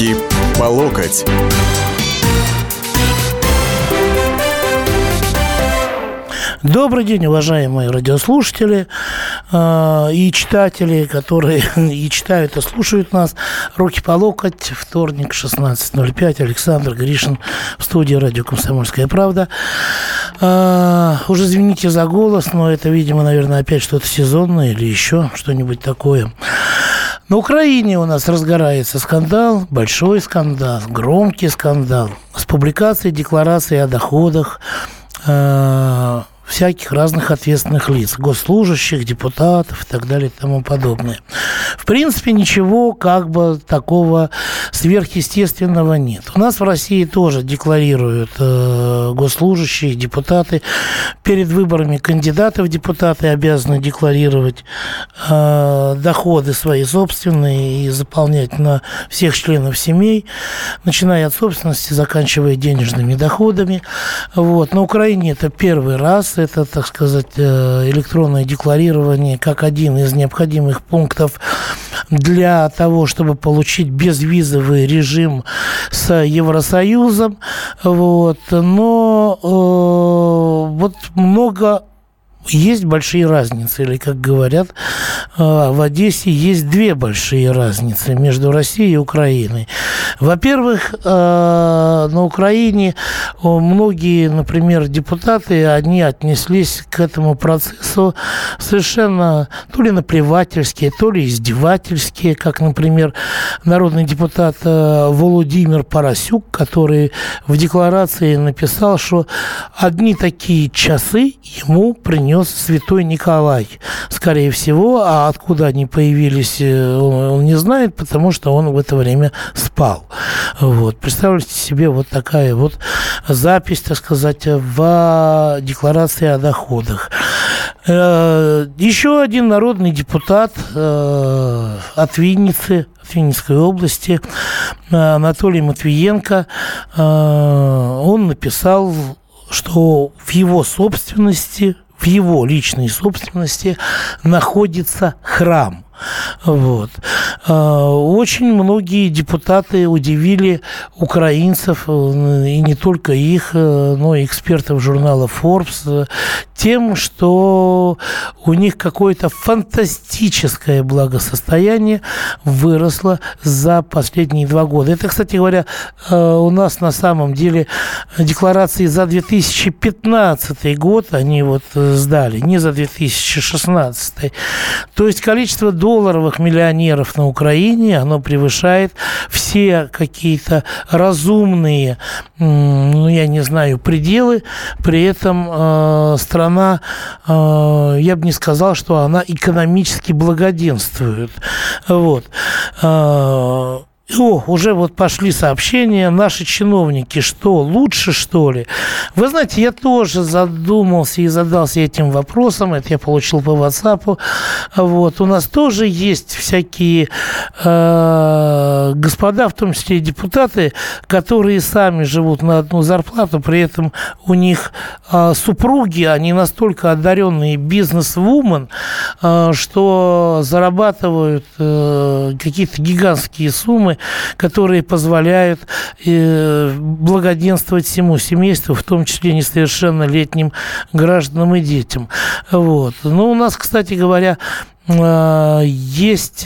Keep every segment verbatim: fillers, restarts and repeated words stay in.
Руки по локоть. Добрый день, уважаемые радиослушатели э, и читатели, которые и читают, и слушают нас. Руки по локоть, вторник, шестнадцать ноль пять. Александр Гришин в студии радио «Комсомольская правда». Э, уже извините за голос, но это, видимо, наверное, опять что-то сезонное или еще что-нибудь такое. На Украине у нас разгорается скандал, большой скандал, громкий скандал с публикацией декларации о доходах э, всяких разных ответственных лиц, госслужащих, депутатов и так далее и тому подобное. В принципе, ничего как бы такого сверхъестественного нет. У нас в России тоже декларируют э, госслужащие, депутаты. Перед выборами кандидаты в депутаты обязаны декларировать э, доходы свои собственные и заполнять на всех членов семей, начиная от собственности, заканчивая денежными доходами. Вот. На Украине это первый раз. Это, так сказать, электронное декларирование как один из необходимых пунктов для того, чтобы получить безвизовый режим с Евросоюзом. Вот. Но э, вот много... Есть большие разницы, или, как говорят, в Одессе есть две большие разницы между Россией и Украиной. Во-первых, на Украине многие, например, депутаты, они отнеслись к этому процессу совершенно то ли наплевательски, то ли издевательски, как, например, народный депутат Владимир Поросюк, который в декларации написал, что одни такие часы ему принес святой Николай, скорее всего, а откуда они появились, он, он не знает, потому что он в это время спал. Вот. Представьте себе вот такая вот запись, так сказать, в декларации о доходах. Еще один народный депутат от Винницы, от Винницкой области, Анатолий Матвиенко, он написал, что в его собственности, в его личной собственности находится храм. Вот. Очень многие депутаты удивили украинцев, и не только их, но и экспертов журнала Forbes, тем, что у них какое-то фантастическое благосостояние выросло за последние два года. Это, кстати говоря, у нас на самом деле декларации за две тысячи пятнадцатый год они вот сдали, не за две тысячи шестнадцатый. То есть количество долларовых миллионеров на Украине, оно превышает все какие-то разумные, ну, я не знаю, пределы. При этом э, страна, э, я бы не сказал, что она экономически благоденствует. Вот. Э, О, уже вот пошли сообщения, наши чиновники, что, лучше, что ли? Вы знаете, я тоже задумался и задался этим вопросом, это я получил по WhatsApp. Вот. У нас тоже есть всякие э, господа, в том числе и депутаты, которые сами живут на одну зарплату, при этом у них э, супруги, они настолько одаренные бизнес-вумен, э, что зарабатывают э, какие-то гигантские суммы, которые позволяют э, благоденствовать всему семейству, в том числе несовершеннолетним гражданам и детям. Вот. Но у нас, кстати говоря, есть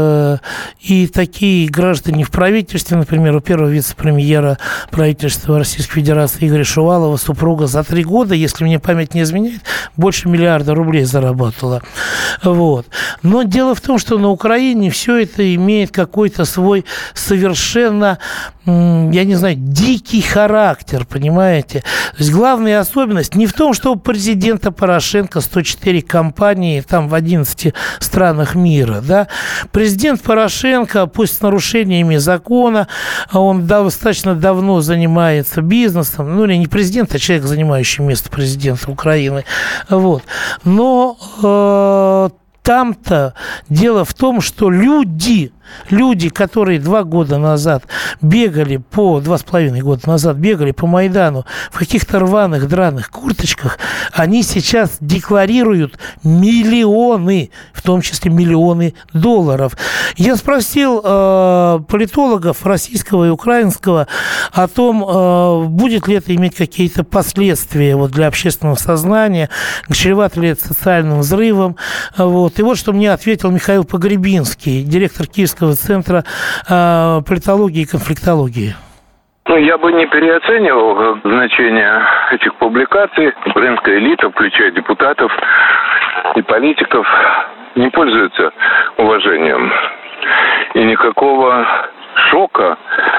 и такие граждане в правительстве, например, у первого вице-премьера правительства Российской Федерации Игоря Шувалова супруга за три года, если мне память не изменяет, больше миллиарда рублей заработала. Вот. Но дело в том, что на Украине все это имеет какой-то свой совершенно, я не знаю, дикий характер, понимаете? То есть главная особенность не в том, что у президента Порошенко сто четыре компании там в одиннадцати странах мира, да. Президент Порошенко, пусть с нарушениями закона, он достаточно давно занимается бизнесом, ну, или не президент, а человек, занимающий место президента Украины, вот. Но э, там-то дело в том, что люди Люди, которые два года назад бегали по, два с половиной года назад бегали по Майдану в каких-то рваных, драных курточках, они сейчас декларируют миллионы, в том числе миллионы долларов. Я спросил э, политологов российского и украинского о том, э, будет ли это иметь какие-то последствия вот, для общественного сознания, чревато ли это социальным взрывом. Вот. И вот что мне ответил Михаил Погребинский, директор Киевского центра э, политологии и конфликтологии. Ну, я бы не переоценивал значение этих публикаций. Украинская элита, включая депутатов и политиков, не пользуется уважением. И никакого шока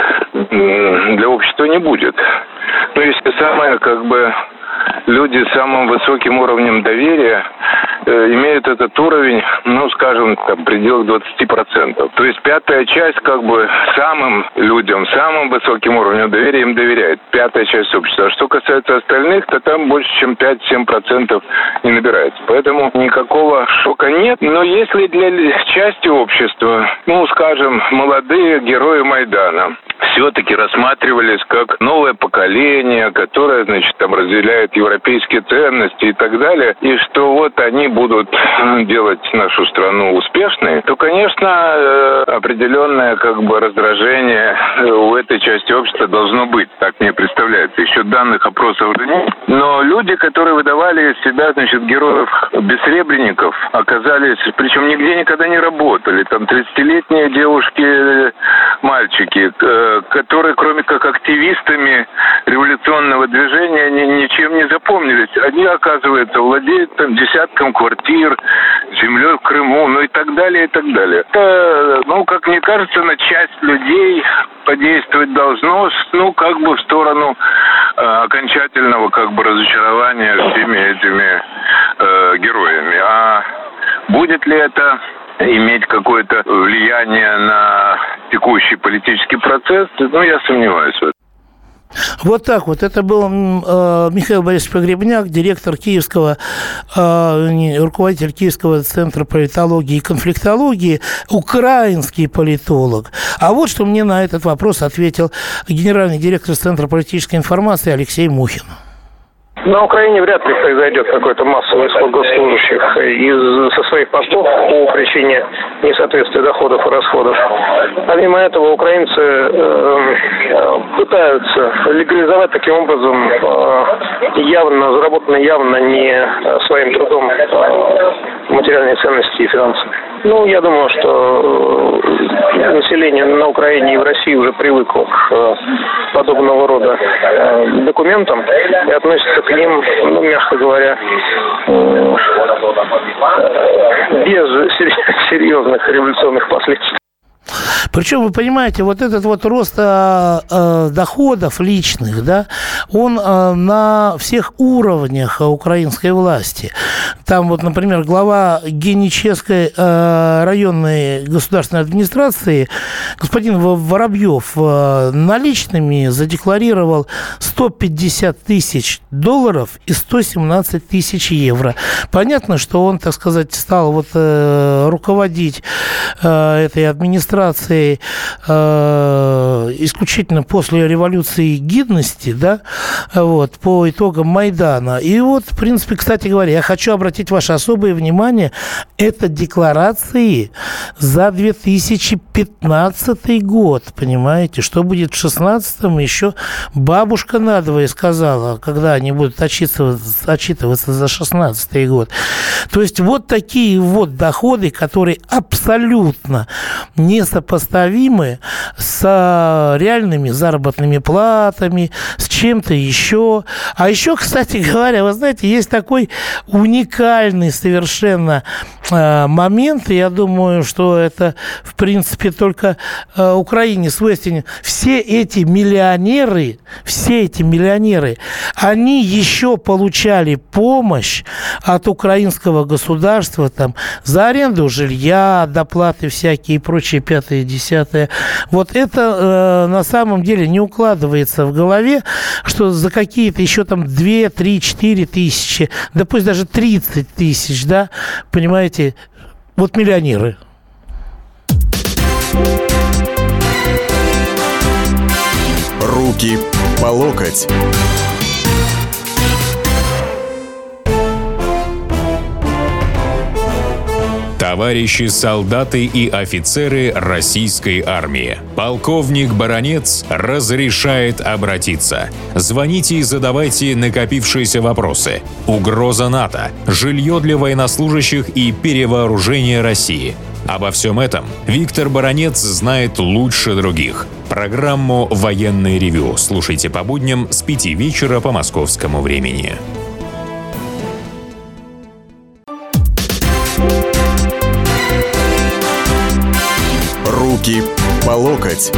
для общества не будет. Но если самое, как бы, люди с самым высоким уровнем доверия э, имеют этот уровень, ну, скажем, там, в пределах двадцать процентов. То есть пятая часть, как бы, самым людям, самым высоким уровнем доверия им доверяет. Пятая часть общества. А что касается остальных, то там больше, чем пять-семь процентов не набирается. Поэтому никакого шока нет. Но если для части общества, ну, скажем, молодые герои Майдана все-таки рассматривались как новое поколение, которое, значит, там разделяет европейские ценности и так далее, и что вот они будут делать нашу страну успешной, то, конечно, определенное, как бы, раздражение у этой части общества должно быть, так мне представляется. Еще данных опросов уже нет. Но люди, которые выдавали из себя, значит, героев-бессребренников, оказались, причем нигде никогда не работали. Там тридцатилетние девушки, мальчики, которые, кроме как активистами революционного движения, ни, ничем не запомнились. Они, оказывается, владеют там десятком квартир, землей в Крыму, ну и так далее, и так далее. Это, ну, как мне кажется, на часть людей подействовать должно, ну, как бы в сторону э, окончательного, как бы, разочарования всеми этими э, героями. А будет ли это иметь какое-то влияние на текущий политический процесс, ну, я сомневаюсь в этом. Вот так вот. Это был э, Михаил Борисович Погребняк, директор Киевского, э, руководитель Киевского центра политологии и конфликтологии, украинский политолог. А вот что мне на этот вопрос ответил генеральный директор Центра политической информации Алексей Мухин. На Украине вряд ли произойдет какой-то массовый исход госслужащих из, со своих постов по причине несоответствия доходов и расходов. Помимо этого, украинцы э, пытаются легализовать таким образом э, явно, заработанные явно не своим трудом э, материальные ценности и финансы. Ну, я думаю, что население на Украине и в России уже привыкло к подобного рода документам и относится к ним, ну, мягко говоря, без серьезных революционных последствий. Причем, вы понимаете, вот этот вот рост э, э, доходов личных, да, он э, на всех уровнях украинской власти. Там вот, например, глава Генической э, районной государственной администрации господин Воробьев э, наличными задекларировал сто пятьдесят тысяч долларов и сто семнадцать тысяч евро. Понятно, что он, так сказать, стал вот э, руководить э, этой администрацией Э, исключительно после революции гидности, да, вот, по итогам Майдана. И вот, в принципе, кстати говоря, я хочу обратить ваше особое внимание, это декларации за две тысячи пятнадцатый год, понимаете, что будет в шестнадцатом, еще бабушка надвое сказала, когда они будут отчитываться, отчитываться за шестнадцатый год. То есть вот такие вот доходы, которые абсолютно несопоставимы с реальными заработными платами, с чем-то еще. А еще, кстати говоря, вы знаете, есть такой уникальный совершенно э, момент, и я думаю, что это, в принципе, только э, Украине свойственен. Все эти миллионеры, все эти миллионеры, они еще получали помощь от украинского государства там, за аренду жилья, доплаты всякие и прочие, пятое, десятое. Вот это э, на самом деле не укладывается в голове, что за какие-то еще там две, три, четыре тысячи, да пусть даже тридцать тысяч, да, понимаете, вот миллионеры. Руки по локоть. Товарищи солдаты и офицеры российской армии. Полковник Баранец разрешает обратиться. Звоните и задавайте накопившиеся вопросы. Угроза НАТО, жилье для военнослужащих и перевооружение России. Обо всем этом Виктор Баранец знает лучше других. Программу «Военное ревю» слушайте по будням с пяти вечера по московскому времени. Руки по локоть.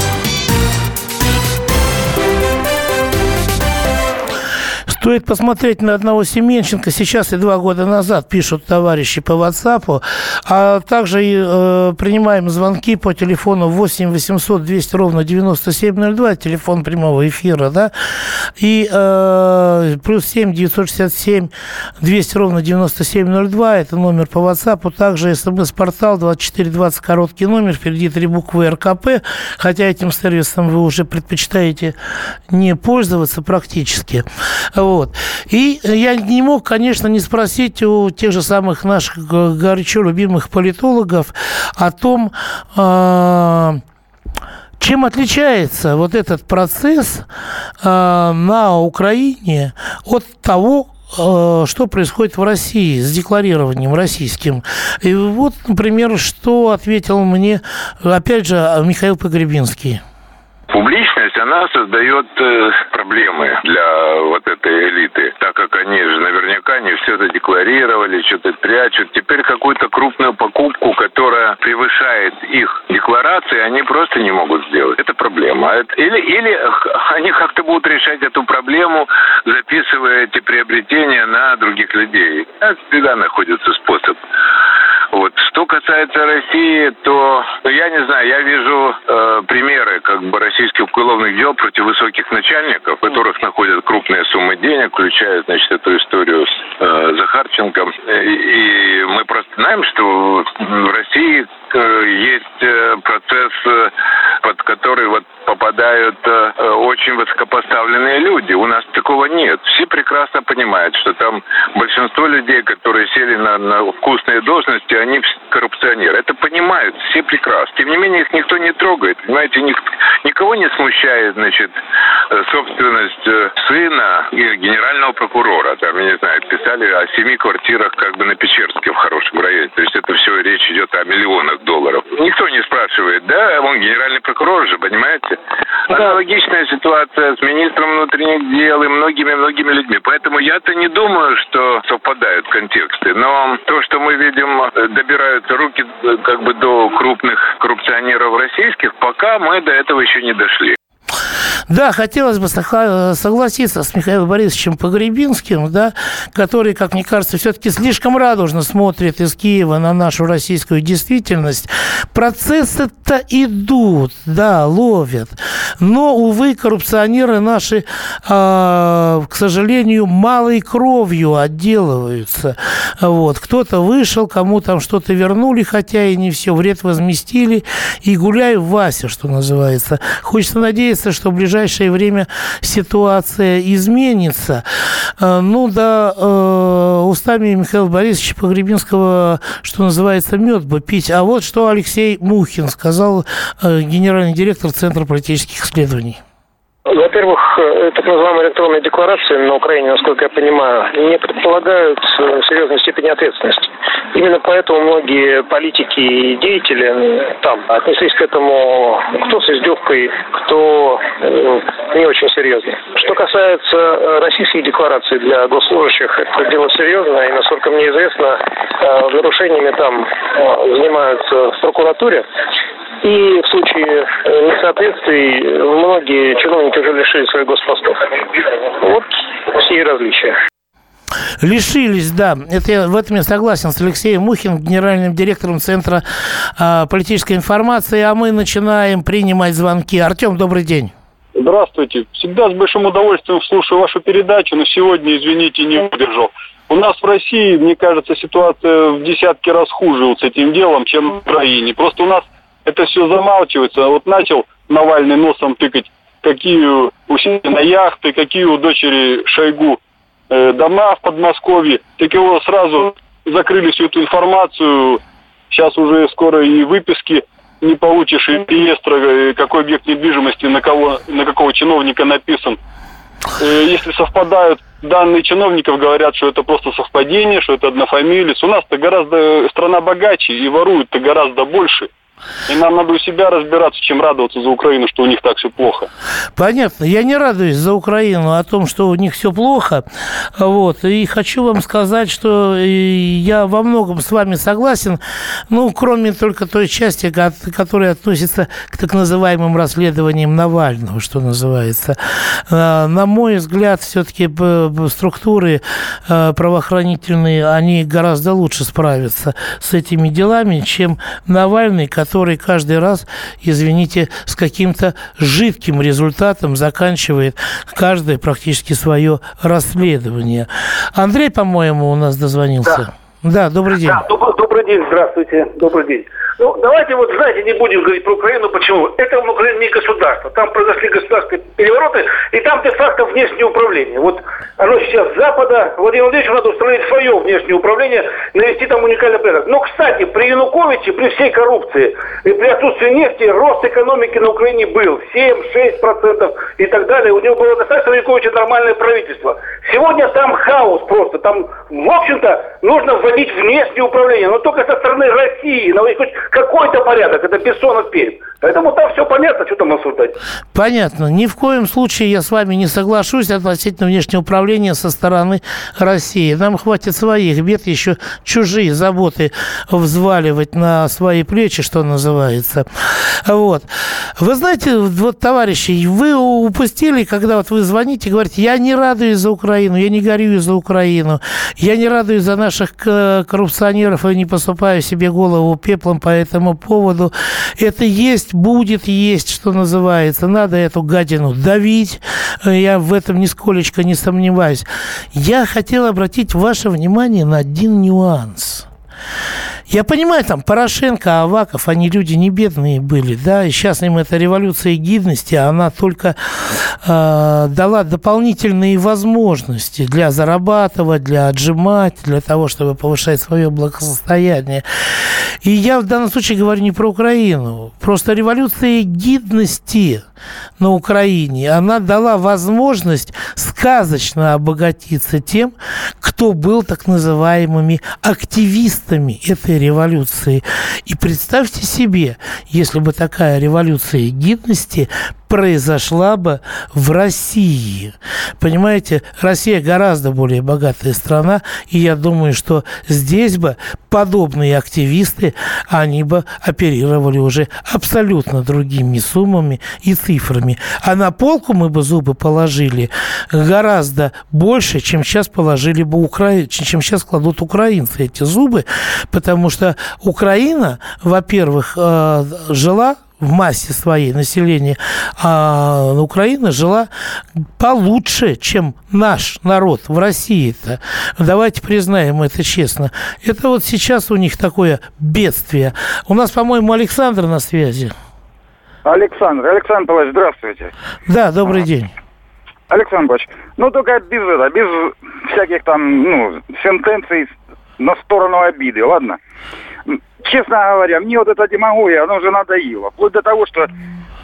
Стоит посмотреть на одного Семенченко сейчас и два года назад, пишут товарищи по WhatsApp, а также э, принимаем звонки по телефону восемь восемьсот двести ровно девяносто семь ноль два, телефон прямого эфира, да, и э, плюс семь девятьсот шестьдесят семь двести ровно девяносто семь ноль два, это номер по WhatsApp, также смс-портал двадцать четыре двадцать, короткий номер, впереди три буквы эр ка пэ, хотя этим сервисом вы уже предпочитаете не пользоваться практически. Вот. И я не мог, конечно, не спросить у тех же самых наших горячо любимых политологов о том, чем отличается вот этот процесс на Украине от того, что происходит в России с декларированием российским. И вот, например, что ответил мне, опять же, Михаил Погребинский. Публичность, она создает э, проблемы для вот этой элиты, так как они же наверняка не все это декларировали, что-то прячут. Теперь какую-то крупную покупку, которая превышает их декларации, они просто не могут сделать. Это проблема. Или, или они как-то будут решать эту проблему, записывая эти приобретения на других людей. Это всегда находится способ. Вот. Что касается России, то, ну, я не знаю, я вижу э, примеры как бы российских уголовных дел против высоких начальников, в которых находят крупные суммы денег, включая, значит, эту историю с э, Захарченком. И, и мы просто знаем, что в России э, есть э, процесс, э, под который вот попадают э, очень высокопоставленные люди. У нас такого нет. Все прекрасно понимают, что там большинство людей, которые сели на, на вкусные должности, они коррупционеры. Это понимают все прекрасно. Тем не менее, их никто не трогает. Понимаете, ник, никого не смущает, значит, собственность сына и генерального прокурора. Там, я не знаю, писали о семи квартирах как бы на Печерске в хорошем районе. То есть это все речь идет о миллионах долларов. Никто не спрашивает, да, он генеральный прокурор же, понимаете? Аналогичная ситуация с министром внутренних дел и многими-многими людьми. Поэтому я-то не думаю, что совпадают контексты. Но то, что мы видим, добираются руки как бы до крупных коррупционеров российских, пока мы до этого еще не дошли. Да, хотелось бы согласиться с Михаилом Борисовичем Погребинским, да, который, как мне кажется, все-таки слишком радужно смотрит из Киева на нашу российскую действительность. Процессы-то идут, да, ловят. Но, увы, коррупционеры наши, э, к сожалению, малой кровью отделываются. Вот. Кто-то вышел, кому там что-то вернули, хотя и не все, вред возместили. И гуляй, Вася, что называется. Хочется надеяться, что в ближайшее время ситуация изменится. Ну да, устами Михаила Борисовича Погребинского, что называется, мед бы пить. А вот что Алексей Мухин сказал, генеральный директор Центра политических исследований. Во-первых, так называемые электронные декларации на Украине, насколько я понимаю, не предполагают серьезной степени ответственности. Именно поэтому многие политики и деятели там отнеслись к этому кто с издевкой, кто не очень серьезно. Что касается российских деклараций для госслужащих, это дело серьезное, и, насколько мне известно, нарушениями там занимаются в прокуратуре. И в случае несоответствий многие чиновники уже лишили своих госпостов. Вот все и различия. Лишились, да. Это я, в этом я согласен с Алексеем Мухиным, генеральным директором Центра э, политической информации. А мы начинаем принимать звонки. Артем, добрый день. Здравствуйте. Всегда с большим удовольствием слушаю вашу передачу, но сегодня, извините, не выдержал. У нас в России, мне кажется, ситуация в десятки раз хуже вот с этим делом, чем в Украине. Просто у нас это все замалчивается. Вот начал Навальный носом тыкать какие у Сина яхты, какие у дочери Шойгу э, дома в Подмосковье. Так его сразу закрыли всю эту информацию. Сейчас уже скоро и выписки не получишь, и реестра, какой объект недвижимости, на кого, на какого чиновника написан. Э, если совпадают данные чиновников, говорят, что это просто совпадение, что это однофамилец. У нас-то гораздо страна богаче, и воруют-то гораздо больше. И нам надо у себя разбираться, чем радоваться за Украину, что у них так все плохо. Понятно. Я не радуюсь за Украину о том, что у них все плохо. Вот. И хочу вам сказать, что я во многом с вами согласен, ну, кроме только той части, которая относится к так называемым расследованиям Навального, что называется. На мой взгляд, все-таки структуры правоохранительные, они гораздо лучше справятся с этими делами, чем Навальный, который который каждый раз, извините, с каким-то жидким результатом заканчивает каждое практически свое расследование. Андрей, по-моему, у нас дозвонился. Да, да добрый день. Да, добрый, добрый день, здравствуйте, добрый день. Ну, давайте вот, знаете, не будем говорить про Украину. Почему? Это Украина не государство. Там произошли государственные перевороты, и там де-факто внешнее управление. Вот оно сейчас с Запада. Владимир Владимирович надо установить свое внешнее управление, навести там уникальный порядок. Но, кстати, при Януковиче, при всей коррупции и при отсутствии нефти, рост экономики на Украине был семь-шесть процентов и так далее. У него было достаточно у Януковича нормальное правительство. Сегодня там хаос просто. Там, в общем-то, нужно вводить внешнее управление, но только со стороны России, наводить хоть какой-то порядок. Это Бессонов Пермь. Поэтому там все понятно, что там обсуждать. Понятно. Ни в коем случае я с вами не соглашусь относительно внешнего управления со стороны России. Нам хватит своих бед, еще чужие заботы взваливать на свои плечи, что называется. Вот. Вы знаете, вот, товарищи, вы упустили, когда вот вы звоните и говорите, я не радуюсь за Украину, я не горюю за Украину, я не радуюсь за наших коррупционеров и не посыпаю себе голову пеплом по этому поводу. Это есть, будет есть, что называется. Надо эту гадину давить. Я в этом нисколечко не сомневаюсь. Я хотел обратить ваше внимание на один нюанс. Я понимаю, там, Порошенко, Аваков, они люди не бедные были, да, и сейчас им эта революция гидности, она только э, дала дополнительные возможности для зарабатывать, для отжимать, для того, чтобы повышать свое благосостояние. И я в данном случае говорю не про Украину, просто революция гидности на Украине, она дала возможность сказочно обогатиться тем, кто был так называемыми активистами этой революции. И представьте себе, если бы такая революция гидности произошла бы в России. Понимаете, Россия гораздо более богатая страна, и я думаю, что здесь бы подобные активисты, они бы оперировали уже абсолютно другими суммами и цифрами. А на полку мы бы зубы положили гораздо больше, чем сейчас положили бы укра... чем сейчас кладут украинцы эти зубы, потому что Украина, во-первых, жила в массе своей населения, а Украина жила получше, чем наш народ в России-то. Давайте признаем это честно. Это вот сейчас у них такое бедствие. У нас, по-моему, Александр на связи. Александр, Александр Павлович, здравствуйте. Да, добрый день. Александр Павлович, ну только без этого, без всяких там, ну, сентенций на сторону обиды, ладно? Честно говоря, мне вот эта демагогия, она уже надоела. Вплоть до того, что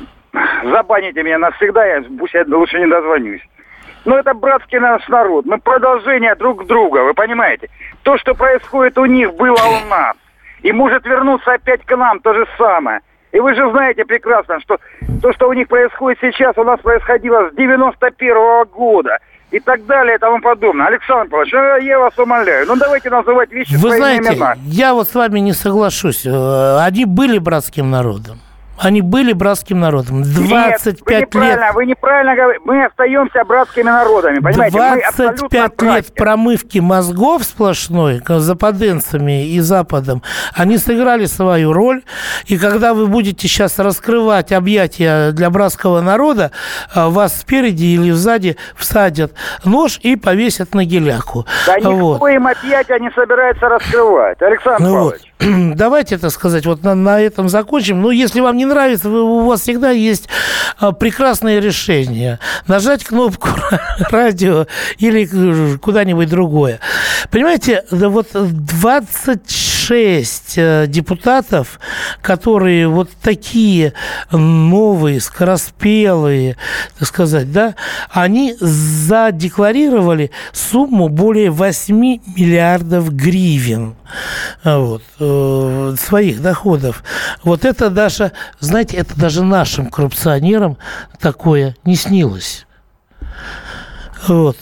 забаните меня навсегда, я, пусть я лучше не дозвонюсь. Но это братский наш народ. Мы продолжение друг друга, вы понимаете? То, что происходит у них, было у нас. И может вернуться опять к нам то же самое. И вы же знаете прекрасно, что то, что у них происходит сейчас, у нас происходило с девяносто первого года. И так далее, и тому подобное. Александр Павлович, я вас умоляю, ну давайте называть вещи Вы своими знаете, именами. Я вот с вами не соглашусь. Они были братским народом. Они были братским народом. двадцать пять Нет, вы неправильно, лет... вы неправильно говорите. Мы остаемся братскими народами, понимаете? двадцать пять лет промывки мозгов сплошной западенцами и Западом, они сыграли свою роль. И когда вы будете сейчас раскрывать объятия для братского народа, вас спереди или сзади всадят нож и повесят на геляку. Да никто вот. Им объятия не собирается раскрывать, Александр ну Павлович. Вот. Давайте, так сказать, вот на, на этом закончим. Ну, если вам не нравится, у вас всегда есть прекрасное решение. Нажать кнопку радио или куда-нибудь другое. Понимаете, вот двадцать шесть депутатов, которые вот такие новые, скороспелые, так сказать, да, они задекларировали сумму более восемь миллиардов гривен вот, э, своих доходов. Вот это даже, знаете, это даже нашим коррупционерам такое не снилось. Вот.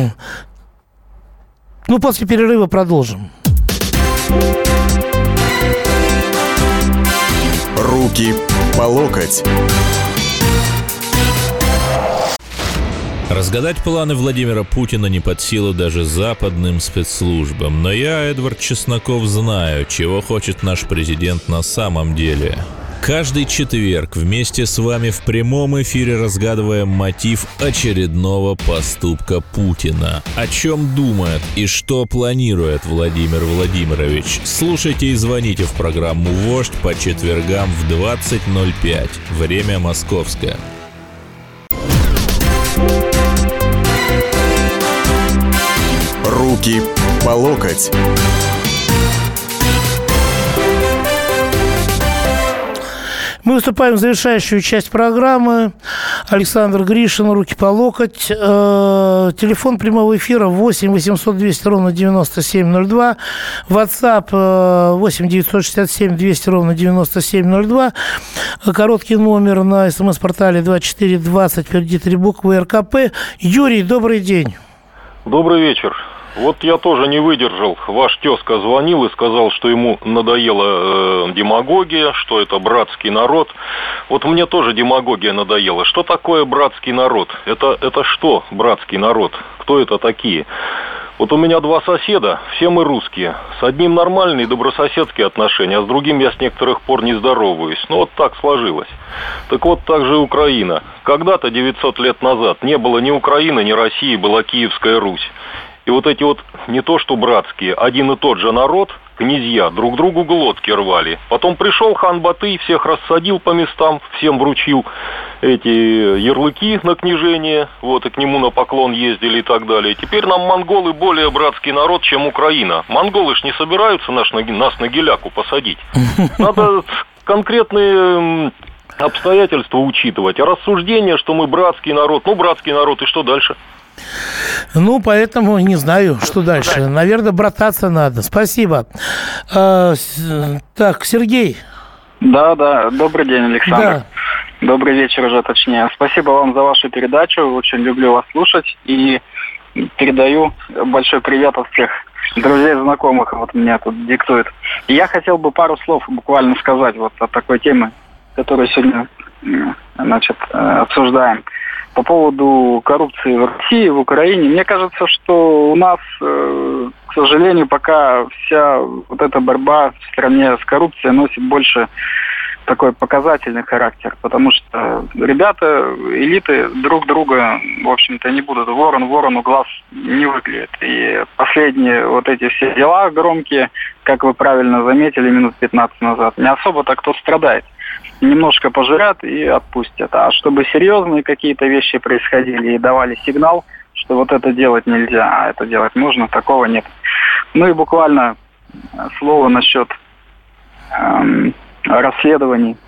Ну, после перерыва продолжим. Руки по локоть. Разгадать планы Владимира Путина не под силу даже западным спецслужбам. Но я, Эдвард Чесноков, знаю, чего хочет наш президент на самом деле. Каждый четверг вместе с вами в прямом эфире разгадываем мотив очередного поступка Путина. О чем думает и что планирует Владимир Владимирович? Слушайте и звоните в программу «Вождь» по четвергам в двадцать ноль пять. Время московское. Руки по локоть. Мы выступаем в завершающую часть программы. Александр Гришин, руки по локоть. Э, телефон прямого эфира восемь восемьсот двести ровно девяносто семь ноль два. WhatsApp э, восемь девятьсот шестьдесят семь двести ровно девяносто семь ноль два. Короткий номер на смс-портале двадцать четыре двадцать, впереди три буквы эр ка пэ. Юрий, добрый день. Добрый вечер. Вот я тоже не выдержал. Ваш тезка звонил и сказал, что ему надоела э, демагогия, что это братский народ. Вот мне тоже демагогия надоела. Что такое братский народ? Это, это что братский народ? Кто это такие? Вот у меня два соседа, все мы русские. С одним нормальные добрососедские отношения, а с другим я с некоторых пор не здороваюсь. Ну вот так сложилось. Так вот, так же Украина. Когда-то, девятьсот лет назад, не было ни Украины, ни России, была Киевская Русь. И вот эти вот не то что братские, один и тот же народ, князья, друг другу глотки рвали. Потом пришел хан Батый, всех рассадил по местам, всем вручил эти ярлыки на княжение, вот, и к нему на поклон ездили и так далее. Теперь нам монголы более братский народ, чем Украина. Монголы ж не собираются нас на, нас на геляку посадить. Надо конкретные обстоятельства учитывать. А рассуждение, что мы братский народ, ну, братский народ, и что дальше? Ну, поэтому не знаю, что дальше. Наверное, брататься надо. Спасибо. А, так, Сергей. Да, да. Добрый день, Александр. Да. Добрый вечер уже, точнее. Спасибо вам за вашу передачу. Очень люблю вас слушать. И передаю большой привет от всех друзей, знакомых. Вот меня тут диктует. И я хотел бы пару слов буквально сказать вот о такой теме, которую сегодня, значит, обсуждаем. По поводу коррупции в России, в Украине, мне кажется, что у нас, к сожалению, пока вся вот эта борьба в стране с коррупцией носит больше такой показательный характер, потому что ребята, элиты друг друга, в общем-то, не будут. Ворон ворону глаз не выклюет. И последние вот эти все дела громкие, как вы правильно заметили минут пятнадцать назад, не особо-то кто страдает. Немножко пожурят и отпустят. А чтобы серьезные какие-то вещи происходили и давали сигнал, что вот это делать нельзя, а это делать нужно, такого нет. Ну и буквально слово насчет эм, расследований,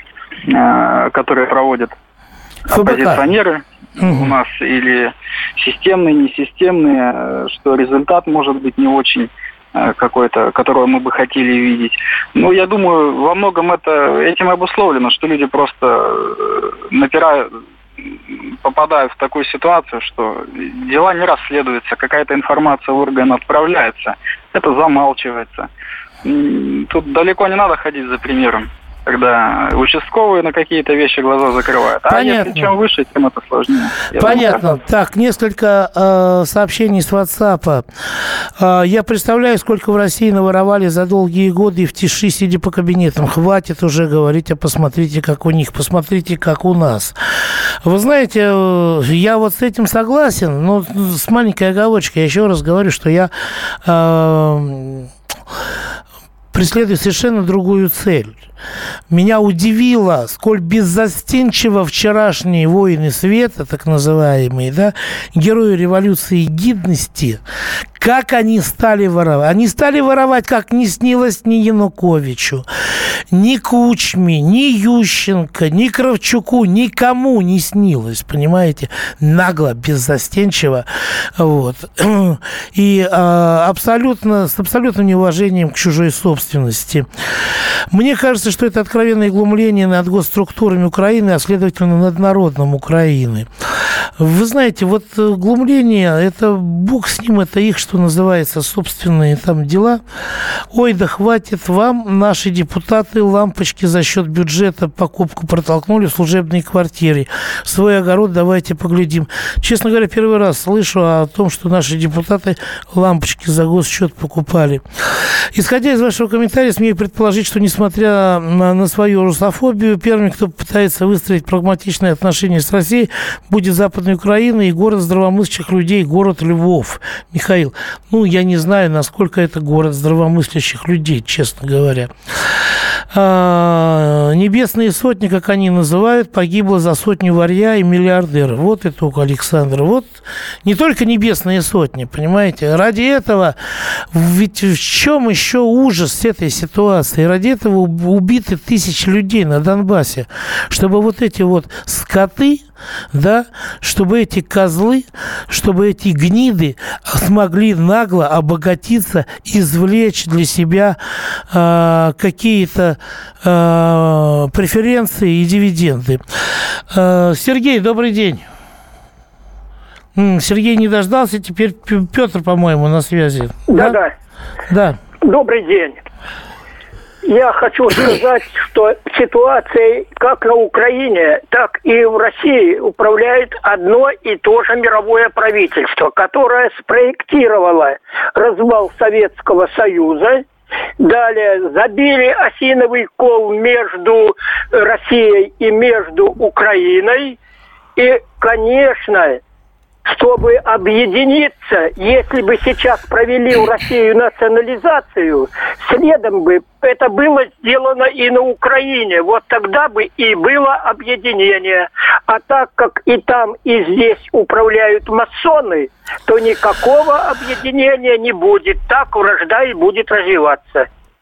э, которые проводят оппозиционеры у нас, или системные, несистемные, что результат может быть не очень какой-то, которого мы бы хотели видеть. Ну, я думаю, во многом это этим обусловлено, что люди просто напирают, попадают в такую ситуацию, что дела не расследуются, какая-то информация в орган отправляется, это замалчивается. Тут далеко не надо ходить за примером, когда участковые на какие-то вещи глаза закрывают. А Понятно. если чем выше, тем это сложнее. Я Понятно. думаю, так, несколько э, сообщений с WhatsApp. Э, я представляю, сколько в России наворовали за долгие годы и в тиши, сидя по кабинетам. Хватит уже говорить, а посмотрите, как у них, посмотрите, как у нас. Вы знаете, э, я вот с этим согласен, но с маленькой оговорочкой. Я еще раз говорю, что я... Э, преследует совершенно другую цель. Меня удивило, сколь беззастенчиво вчерашние воины света, так называемые, да, герои революции гидности, как они стали воровать. Они стали воровать, как не снилось ни Януковичу, ни Кучме, ни Ющенко, ни Кравчуку, никому не снилось, понимаете? Нагло, беззастенчиво. Вот. И а, абсолютно, с абсолютным неуважением к чужой собственности. Мне кажется, что это откровенное глумление над госструктурами Украины, а следовательно над народом Украины. Вы знаете, вот глумление, это бог с ним, это их, что называется, собственные там дела. Ой, да хватит вам, наши депутаты лампочки за счет бюджета покупку протолкнули в служебной квартире. Свой огород давайте поглядим. Честно говоря, первый раз слышу о том, что наши депутаты лампочки за госсчет покупали. Исходя из вашего комментария, смею предположить, что несмотря на, на свою русофобию, первым, кто пытается выстроить прагматичные отношения с Россией, будет Западная Украина и город здравомыслящих людей, город Львов. Михаил, ну, я не знаю, насколько это город здравомыслящих людей, честно говоря. А, небесные сотни, как они называют, погибло за сотню варья и миллиардеров. Вот это у Александра. Вот не только небесные сотни, понимаете. Ради этого, ведь в чем еще ужас этой ситуации? Ради этого убиты тысячи людей на Донбассе. Чтобы вот эти вот скоты, да, чтобы эти козлы, чтобы эти гниды смогли нагло обогатиться, извлечь для себя э, какие-то э, преференции и дивиденды. Э, Сергей, добрый день. Сергей не дождался, теперь Петр, по-моему, на связи. Да-да. Да. Добрый день. Я хочу сказать, что ситуацией как на Украине, так и в России управляет одно и то же мировое правительство, которое спроектировало развал Советского Союза, далее забили осиновый кол между Россией и между Украиной, и, конечно, чтобы объединиться, если бы сейчас провели в Россию национализацию, следом бы это было сделано и на Украине. Вот тогда бы и было объединение. А так как и там, и здесь управляют масоны, то никакого объединения не будет. Так вражда и будет развиваться.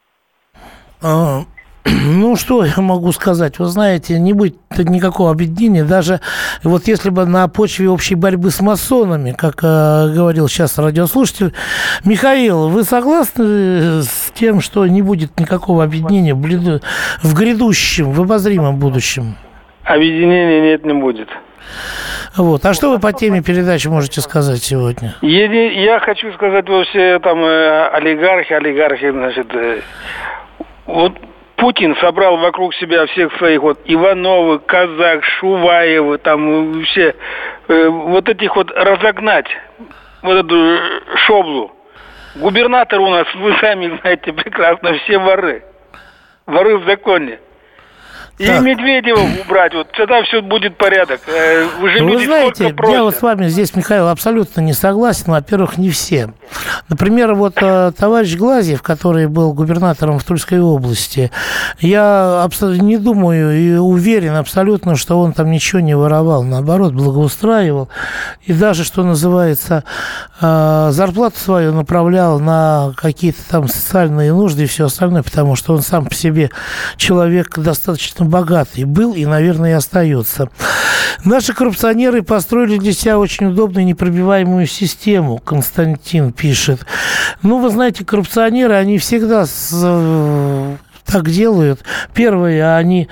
Ну, что я могу сказать? Вы знаете, не будет никакого объединения, даже вот если бы на почве общей борьбы с масонами, как э, говорил сейчас радиослушатель. Михаил, вы согласны с тем, что не будет никакого объединения в, в грядущем, в обозримом будущем? Объединения нет, не будет. Вот. А что вы по теме передачи можете сказать сегодня? Я, я хочу сказать во все там э, олигархи, олигархи, значит, э, вот Путин собрал вокруг себя всех своих вот Ивановы, Казак, Шуваевы, там все, э, вот этих вот разогнать, вот эту шоблу. Губернатор у нас, вы сами знаете прекрасно, все воры. Воры в законе. И так. Медведева убрать, вот тогда все будет порядок. Вы же Вы видите, знаете, я вот с вами здесь, Михаил, абсолютно не согласен. Во-первых, не все. Например, вот товарищ Глазьев, который был губернатором в Тульской области, я абсолютно не думаю и уверен абсолютно, что он там ничего не воровал. Наоборот, благоустраивал. И даже, что называется, зарплату свою направлял на какие-то там социальные нужды и все остальное, потому что он сам по себе человек достаточно богатый был и, наверное, и остается. Наши коррупционеры построили для себя очень удобную и непробиваемую систему, Константин пишет. Ну, вы знаете, коррупционеры, они всегда с, так делают. Первое, они,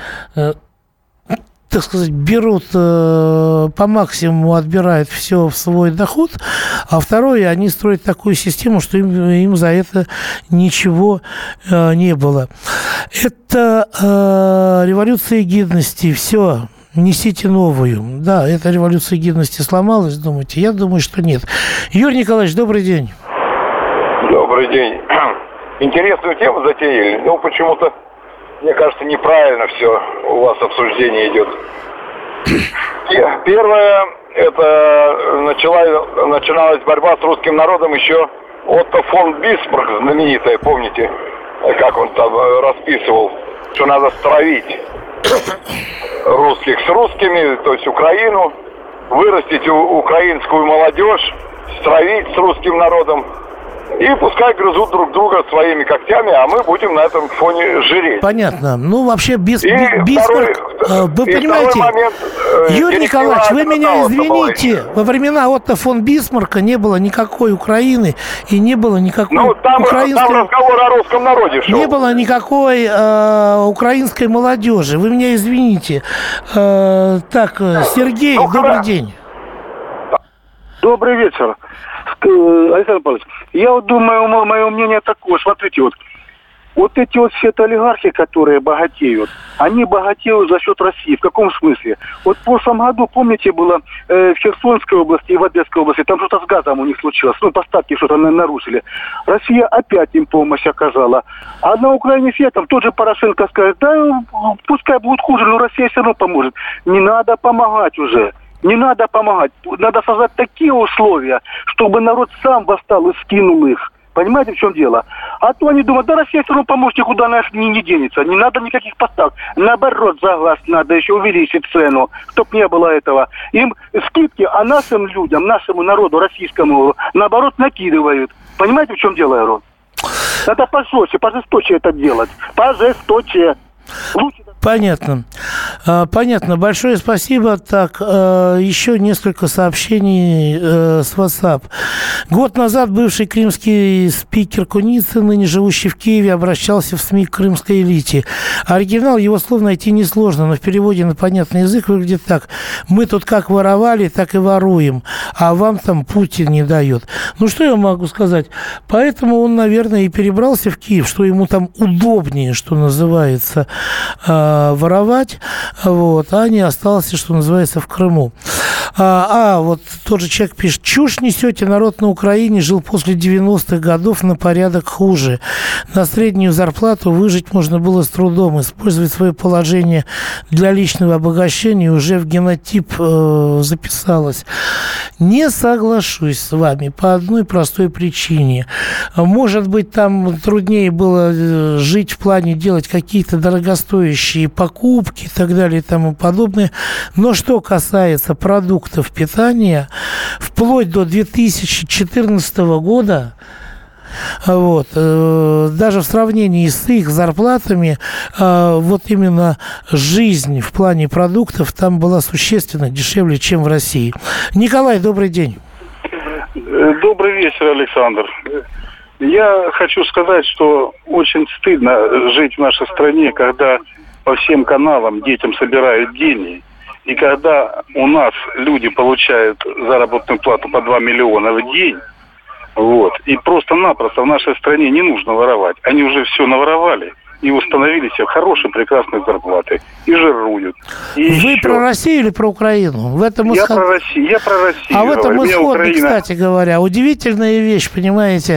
так сказать, берут э, по максимуму, отбирают все в свой доход, а второе, они строят такую систему, что им, им за это ничего э, не было. Это э, революция гидности, все, несите новую. Да, эта революция гидности сломалась, думаете? Я думаю, что нет. Юрий Николаевич, добрый день. Добрый день. Интересную тему затеяли, но почему-то, мне кажется, неправильно все у вас обсуждение идет. Первое, это начала, начиналась борьба с русским народом еще Отто фон Бисмарк, знаменитая, помните? как он там расписывал, что надо стравить русских с русскими, то есть Украину, вырастить у- украинскую молодежь, стравить с русским народом. И пускай грызут друг друга своими когтями, а мы будем на этом фоне жиреть. Понятно. Ну, вообще, без, И Бисмарк... второй, Вы и понимаете, момент, э, Юрий Николаевич, вы меня извините. товарищ. Во времена Отто фон Бисмарка не было никакой Украины и не было никакой Ну, там, украинской... там разговор о русском народе шел. Не было никакой э, украинской молодежи. Вы меня извините. Э, так, Сергей, Ну, добрый хорошо. день. Добрый вечер. Э, Александр Павлович, я вот думаю, мо- мое мнение такое. Смотрите, вот, вот эти вот все олигархи, которые богатеют, они богатеют за счет России. В каком смысле? Вот в прошлом году, помните, было э, в Херсонской области и в Одесской области, там что-то с газом у них случилось, ну, поставки что-то на- нарушили. Россия опять им помощь оказала. А на Украине все, там тот же Порошенко скажет, да, пускай будет хуже, но Россия все равно поможет. Не надо помогать уже. Не надо помогать. Надо создать такие условия, чтобы народ сам восстал и скинул их. Понимаете, в чем дело? А то они думают, да Россия все равно поможет, никуда она не, не денется. Не надо никаких поставок. Наоборот, за газ надо еще увеличить цену, чтоб не было этого. Им скидки, а нашим людям, нашему народу российскому, наоборот, накидывают. Понимаете, в чем дело, Рон? Надо пожестче, пожесточе это делать. Пожесточе. Лучше... Понятно. А, Понятно. Большое спасибо. Так, э, еще несколько сообщений э, с WhatsApp. Год назад бывший крымский спикер Куницын, ныне живущий в Киеве, обращался в СМИ к крымской элите. Оригинал его слов найти несложно, но в переводе на понятный язык выглядит так. Мы тут как воровали, так и воруем, а вам там Путин не дает. Ну, что я могу сказать? Поэтому он, наверное, и перебрался в Киев, что ему там удобнее, что называется, воровать, вот, а не остался, что называется, в Крыму. А, а, вот тот же человек пишет, чушь несете, народ на Украине жил после девяностых годов на порядок хуже. На среднюю зарплату выжить можно было с трудом, использовать свое положение для личного обогащения уже в генотип э, записалось. Не соглашусь с вами по одной простой причине. Может быть, там труднее было жить в плане делать какие-то дорогостоящие покупки и так далее и тому подобное. Но что касается продуктов питания, вплоть до две тысячи четырнадцатого года, вот, э, даже в сравнении с их зарплатами, э, вот именно жизнь в плане продуктов там была существенно дешевле, чем в России. Николай, добрый день. Добрый вечер, Александр. Я хочу сказать, что очень стыдно жить в нашей стране, когда по всем каналам детям собирают деньги, и когда у нас люди получают заработную плату по два миллиона в день, вот, и просто-напросто в нашей стране не нужно воровать. Они уже все наворовали и установили себе хорошие, прекрасные зарплаты. И жируют. И Вы еще... про Россию или про Украину? В этом я, исход... про Россию, я про Россию. А в этом говорю. исходный, Украина... кстати говоря, удивительная вещь, понимаете,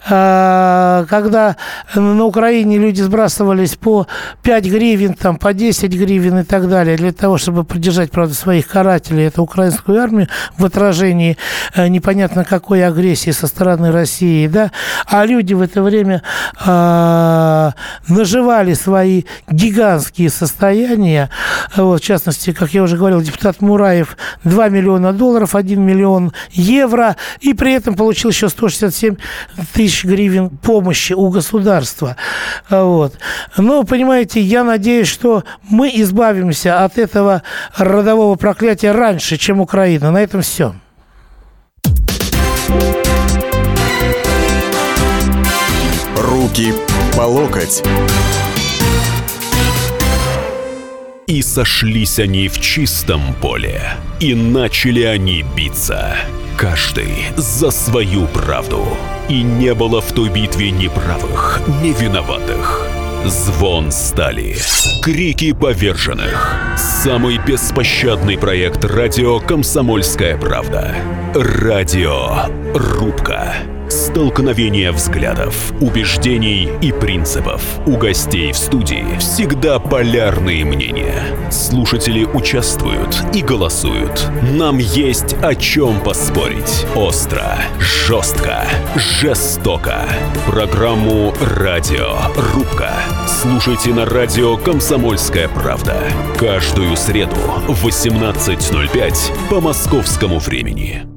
когда на Украине люди сбрасывались по пять гривен, там, по десять гривен и так далее, для того, чтобы поддержать, правда, своих карателей, это украинскую армию в отражении непонятно какой агрессии со стороны России, да, а люди в это время наживали свои гигантские состояния, вот, в частности, как я уже говорил, депутат Мураев два миллиона долларов, один миллион евро, и при этом получил еще сто шестьдесят семь тысяч гривен помощи у государства. Вот. Но, понимаете, я надеюсь, что мы избавимся от этого родового проклятия раньше, чем Украина. На этом все. Руки по локоть. И сошлись они в чистом поле, и начали они биться, каждый за свою правду. И не было в той битве ни правых, ни виноватых. Звон стали, крики поверженных. Самый беспощадный проект радио «Комсомольская правда». Радио «Рубка». Столкновение взглядов, убеждений и принципов. У гостей в студии всегда полярные мнения. Слушатели участвуют и голосуют. Нам есть о чем поспорить. Остро, жестко, жестоко. Программу «Радио Рубка» слушайте на радио «Комсомольская правда». Каждую среду в восемнадцать ноль пять по московскому времени.